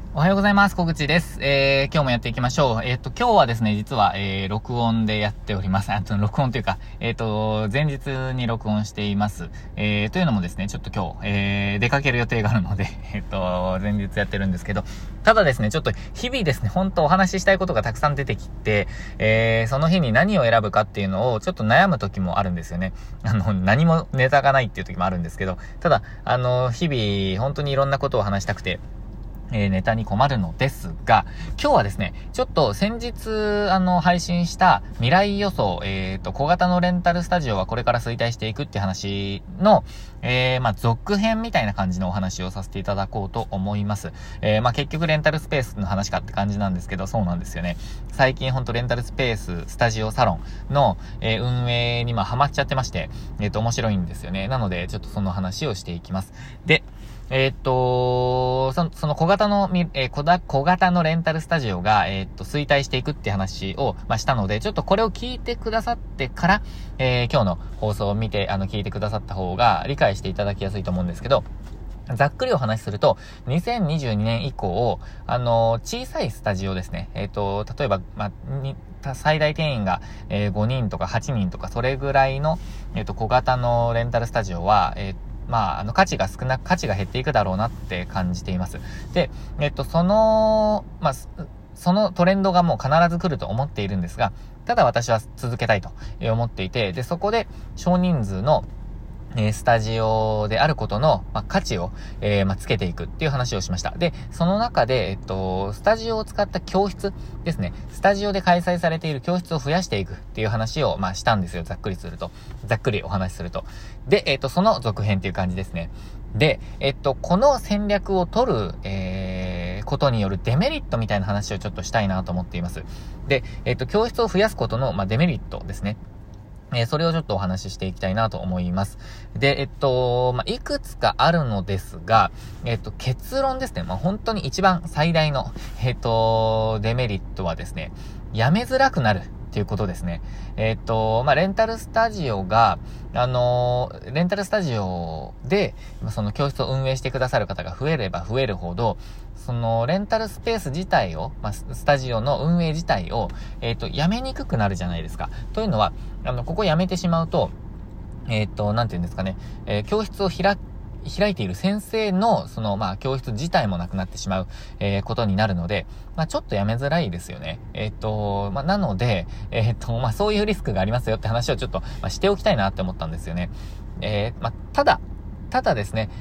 おはようございます。小口です。今日もやっていきましょう。今日はですね、実は、録音でやっております。録音というか、前日に録音しています。というのもですね、ちょっと今日、出かける予定があるので、前日やってるんですけど、ただですね、ちょっと日々ですね、本当お話ししたいことがたくさん出てきて、その日に何を選ぶかっていうのをちょっと悩む時もあるんですよね。何もネタがないっていう時もあるんですけど、ただ、日々、本当にいろんなことを話したくて、ネタに困るのですが、今日はですね、ちょっと先日、配信した未来予想、小型のレンタルスタジオはこれから衰退していくって話の、続編みたいな感じのお話をさせていただこうと思います。結局レンタルスペースの話かって感じなんですけど、そうなんですよね。最近ほんとレンタルスペース、スタジオサロンの、運営にハマっちゃってまして、面白いんですよね。なので、ちょっとその話をしていきます。で、その小型のレンタルスタジオが、衰退していくって話を、したので、ちょっとこれを聞いてくださってから、今日の放送を見て、聞いてくださった方が理解していただきやすいと思うんですけど、ざっくりお話しすると、2022年以降、小さいスタジオですね。例えば、最大定員が、5人とか8人とか、それぐらいの、小型のレンタルスタジオは、価値が減っていくだろうなって感じています。で、そのトレンドがもう必ず来ると思っているんですが、ただ私は続けたいと思っていて、で、そこで少人数のスタジオであることの、価値を、つけていくっていう話をしました。で、その中で、スタジオを使った教室ですね。スタジオで開催されている教室を増やしていくっていう話を、したんですよ。ざっくりお話しすると。で、その続編っていう感じですね。で、この戦略を取る、ことによるデメリットみたいな話をちょっとしたいなと思っています。で、教室を増やすことの、デメリットですね。それをちょっとお話ししていきたいなと思います。で、いくつかあるのですが、結論ですね。本当に一番最大の、デメリットはですね、やめづらくなるっていうことですね。レンタルスタジオが、レンタルスタジオで、その教室を運営してくださる方が増えれば増えるほど、そのレンタルスペース自体を、スタジオの運営自体を、やめにくくなるじゃないですか。というのは、ここやめてしまうと、なんていうんですかね、教室を開いている先生の、教室自体もなくなってしまう、ことになるので、ちょっとやめづらいですよね。なので、そういうリスクがありますよって話をちょっと、しておきたいなって思ったんですよね。ただですね、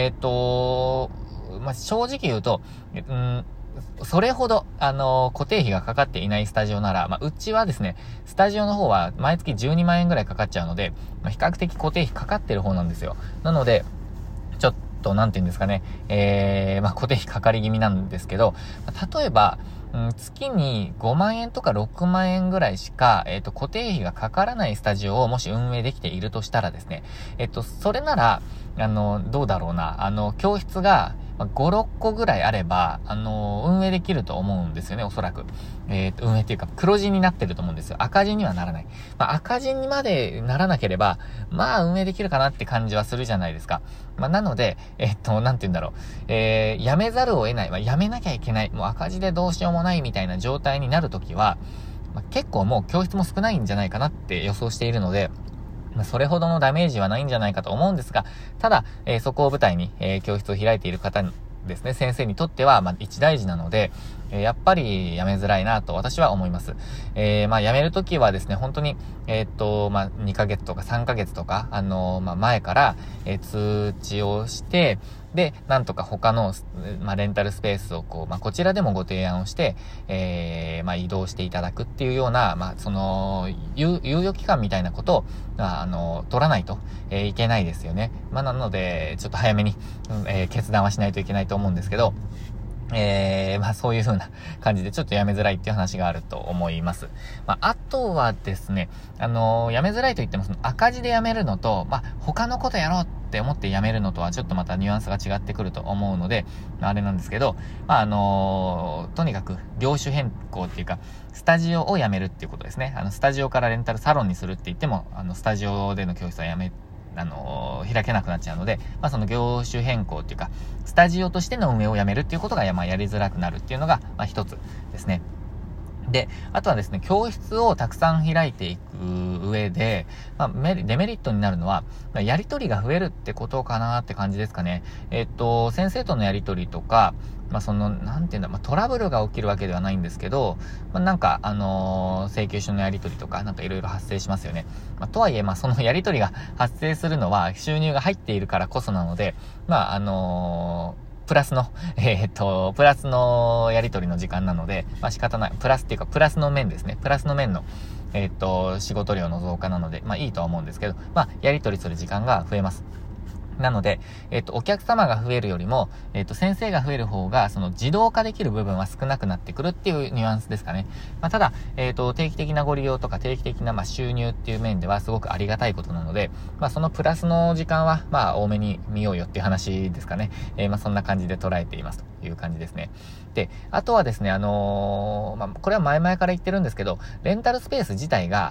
正直言うと、それほど、固定費がかかっていないスタジオなら、うちはですね、スタジオの方は毎月12万円ぐらいかかっちゃうので、比較的固定費かかってる方なんですよ。なので、ちょっと、なんて言うんですかね、固定費かかり気味なんですけど、例えば、月に5万円とか6万円ぐらいしか、固定費がかからないスタジオをもし運営できているとしたらですね、それなら、どうだろうな、教室が、5、6個ぐらいあれば、運営できると思うんですよね、おそらく。運営っていうか、黒字になってると思うんですよ。赤字にはならない。赤字にまでならなければ、運営できるかなって感じはするじゃないですか。なので、なんて言うんだろう。やめざるを得ない。やめなきゃいけない。もう赤字でどうしようもないみたいな状態になるときは、結構もう教室も少ないんじゃないかなって予想しているので、それほどのダメージはないんじゃないかと思うんですが、ただ、そこを舞台に、教室を開いている方ですね、先生にとっては、一大事なので、やっぱりやめづらいなと私は思います。やめるときはですね、本当に、2ヶ月とか3ヶ月とか、前から、通知をして、で、なんとか他の、レンタルスペースをこちらでもご提案をして、移動していただくっていうような、猶予期間みたいなことを、取らないと、いけないですよね。なので、ちょっと早めに、決断はしないといけないと思うんですけど、そういう風な感じでちょっとやめづらいっていう話があると思います。あとはですね、やめづらいと言ってもその赤字でやめるのと、他のことやろうって思ってやめるのとはちょっとまたニュアンスが違ってくると思うので、あれなんですけど、とにかく業種変更っていうか、スタジオをやめるっていうことですね。スタジオからレンタルサロンにするって言っても、スタジオでの教室は開けなくなっちゃうので、その業種変更っていうか、スタジオとしての運営をやめるっていうことが、やりづらくなるっていうのが、一つですね。で、あとはですね、教室をたくさん開いていく上で、デメリットになるのは、やりとりが増えるってことかなって感じですかね。先生とのやりとりとか、なんていうんだ、トラブルが起きるわけではないんですけど、請求書のやりとりとか、いろいろ発生しますよね。とはいえ、そのやりとりが発生するのは収入が入っているからこそなので、プラスのやり取りの時間なので、仕方ない。プラスっていうか、プラスの面ですね。プラスの面の、仕事量の増加なので、いいとは思うんですけど、やり取りする時間が増えます。なので、お客様が増えるよりも、先生が増える方が、その自動化できる部分は少なくなってくるっていうニュアンスですかね。ただ、定期的なご利用とか定期的な、収入っていう面ではすごくありがたいことなので、そのプラスの時間は、多めに見ようよっていう話ですかね。そんな感じで捉えていますという感じですね。で、あとはですね、これは前々から言ってるんですけど、レンタルスペース自体が、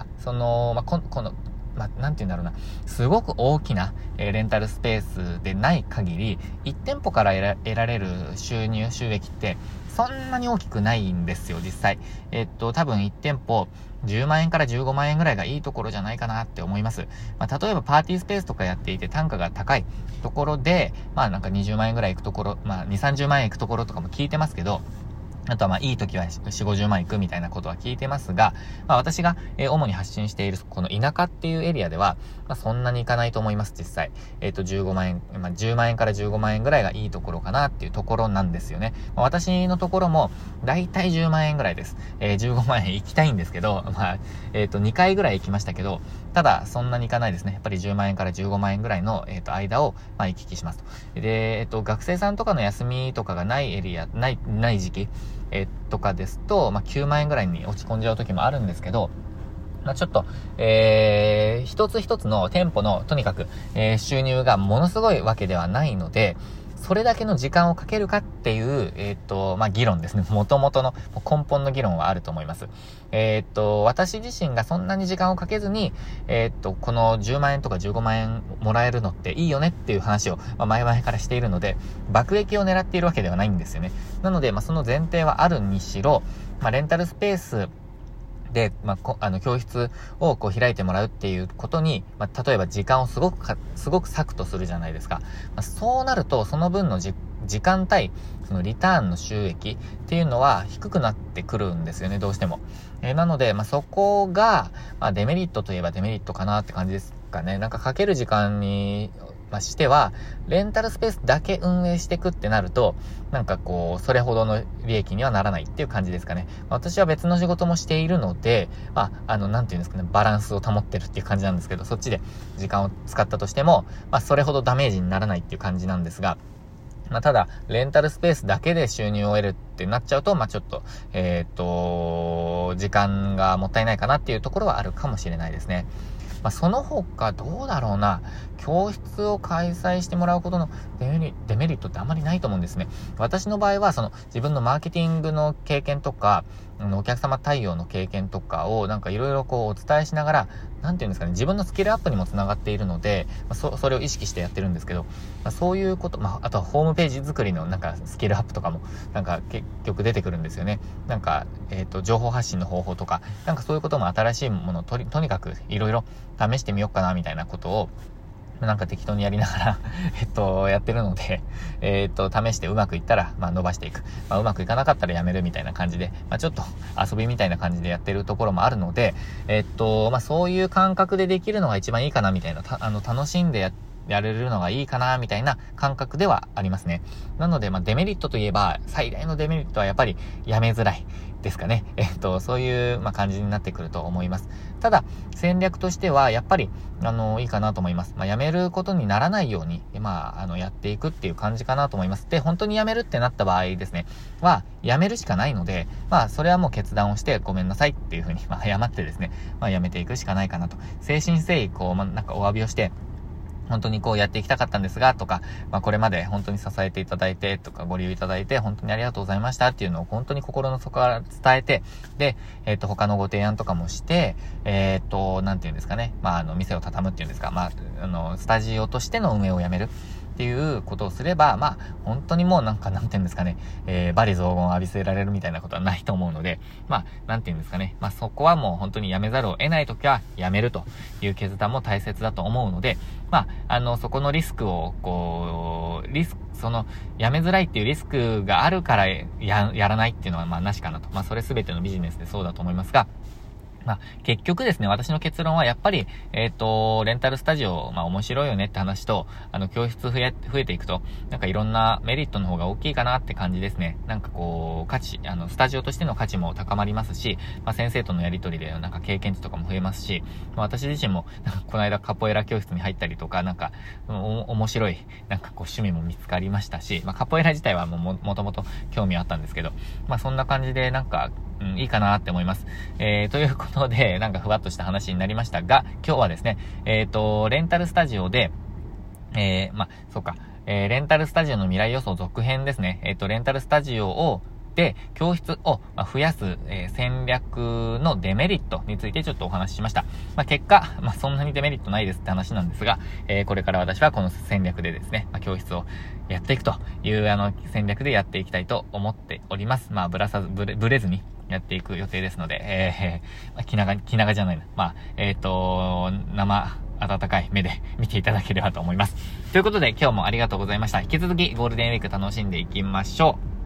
なんて言うんだろうな。すごく大きな、レンタルスペースでない限り、1店舗から得られる収益って、そんなに大きくないんですよ、実際。多分1店舗、10万円から15万円ぐらいがいいところじゃないかなって思います。例えばパーティースペースとかやっていて単価が高いところで、20万円ぐらい行くところ、2、30万円行くところとかも聞いてますけど、あとはいい時は4、50万いくみたいなことは聞いてますが、私が、主に発信しているこの田舎っていうエリアでは、そんなにいかないと思います、実際。15万円、10万円から15万円ぐらいがいいところかなっていうところなんですよね。私のところも、だいたい10万円ぐらいです。15万円行きたいんですけど、2回ぐらい行きましたけど、ただ、そんなにいかないですね。やっぱり10万円から15万円ぐらいの、間を、行き来しますと。で、学生さんとかの休みとかがないエリア、ない時期、とかですと、9万円ぐらいに落ち込んじゃう時もあるんですけど、ちょっと、一つ一つの店舗のとにかく、収入がものすごいわけではないので、それだけの時間をかけるかっていう、議論ですね。元々の根本の議論はあると思います。私自身がそんなに時間をかけずに、この10万円とか15万円もらえるのっていいよねっていう話を、前々からしているので、爆益を狙っているわけではないんですよね。なので、その前提はあるにしろ、レンタルスペースで、教室を開いてもらうっていうことに、例えば時間をすごく割くとするじゃないですか。そうなると、その分の時間対、そのリターンの収益っていうのは低くなってくるんですよね、どうしても。なので、そこが、デメリットといえばデメリットかなって感じですかね。かける時間に、しては、レンタルスペースだけ運営していくってなると、それほどの利益にはならないっていう感じですかね。私は別の仕事もしているので、なんていうんですかね、バランスを保ってるっていう感じなんですけど、そっちで時間を使ったとしても、それほどダメージにならないっていう感じなんですが、ただ、レンタルスペースだけで収入を得るってなっちゃうと、ちょっと、時間がもったいないかなっていうところはあるかもしれないですね。その他どうだろうな、教室を開催してもらうことのデメリットってあまりないと思うんですね。私の場合は自分のマーケティングの経験とか、お客様対応の経験とかをいろいろお伝えしながら、なんていうんですかね、自分のスキルアップにもつながっているので、それを意識してやってるんですけど、そういうこと、あとはホームページ作りのスキルアップとかも結局出てくるんですよね。情報発信の方法とか、そういうことも新しいものをとにかくいろいろ試してみようかなみたいなことを適当にやりながらやってるので、試してうまくいったら、伸ばしていく。うまくいかなかったらやめるみたいな感じで、ちょっと遊びみたいな感じでやってるところもあるので、そういう感覚でできるのが一番いいかなみたいな、楽しんでやれるのがいいかなみたいな感覚ではありますね。なので、デメリットといえば、最大のデメリットはやっぱりやめづらいですかね。そういう、感じになってくると思います。ただ、戦略としては、やっぱり、いいかなと思います。やめることにならないように、やっていくっていう感じかなと思います。で、本当にやめるってなった場合ですね、やめるしかないので、それはもう決断をしてごめんなさいっていうふうに、謝ってですね、やめていくしかないかなと。誠心誠意、お詫びをして、 本当にこうやっていきたかったんですが、とか、これまで本当に支えていただいて、とか、ご利用いただいて、本当にありがとうございましたっていうのを本当に心の底から伝えて、で、他のご提案とかもして、なんていうんですかね、店を畳むっていうんですか、スタジオとしての運営をやめるっていうことをすれば、本当にもうなんていうんですかね、罵詈雑言を浴びせられるみたいなことはないと思うので、なんていうんですかね、そこはもう本当にやめざるを得ないときはやめるという決断も大切だと思うので、そこのリスクを、やめづらいっていうリスクがあるからやらないっていうのはなしかなと。それ全てのビジネスでそうだと思いますが、結局ですね、私の結論はやっぱり、レンタルスタジオ、面白いよねって話と、教室増えていくと、いろんなメリットの方が大きいかなって感じですね。価値、スタジオとしての価値も高まりますし、先生とのやりとりで、経験値とかも増えますし、私自身も、この間カポエラ教室に入ったりとか、面白い、趣味も見つかりましたし、カポエラ自体はもともと興味あったんですけど、そんな感じで、いいかなって思います。ということで、ふわっとした話になりましたが、今日はですね、レンタルスタジオで、レンタルスタジオの未来予想続編ですね。レンタルスタジオで、教室を増やす、戦略のデメリットについてちょっとお話ししました。結果、そんなにデメリットないですって話なんですが、これから私はこの戦略でですね、教室をやっていくという戦略でやっていきたいと思っております。ブレずにやっていく予定ですので、気長じゃないな。温かい目で見ていただければと思います。ということで今日もありがとうございました。引き続きゴールデンウィーク楽しんでいきましょう。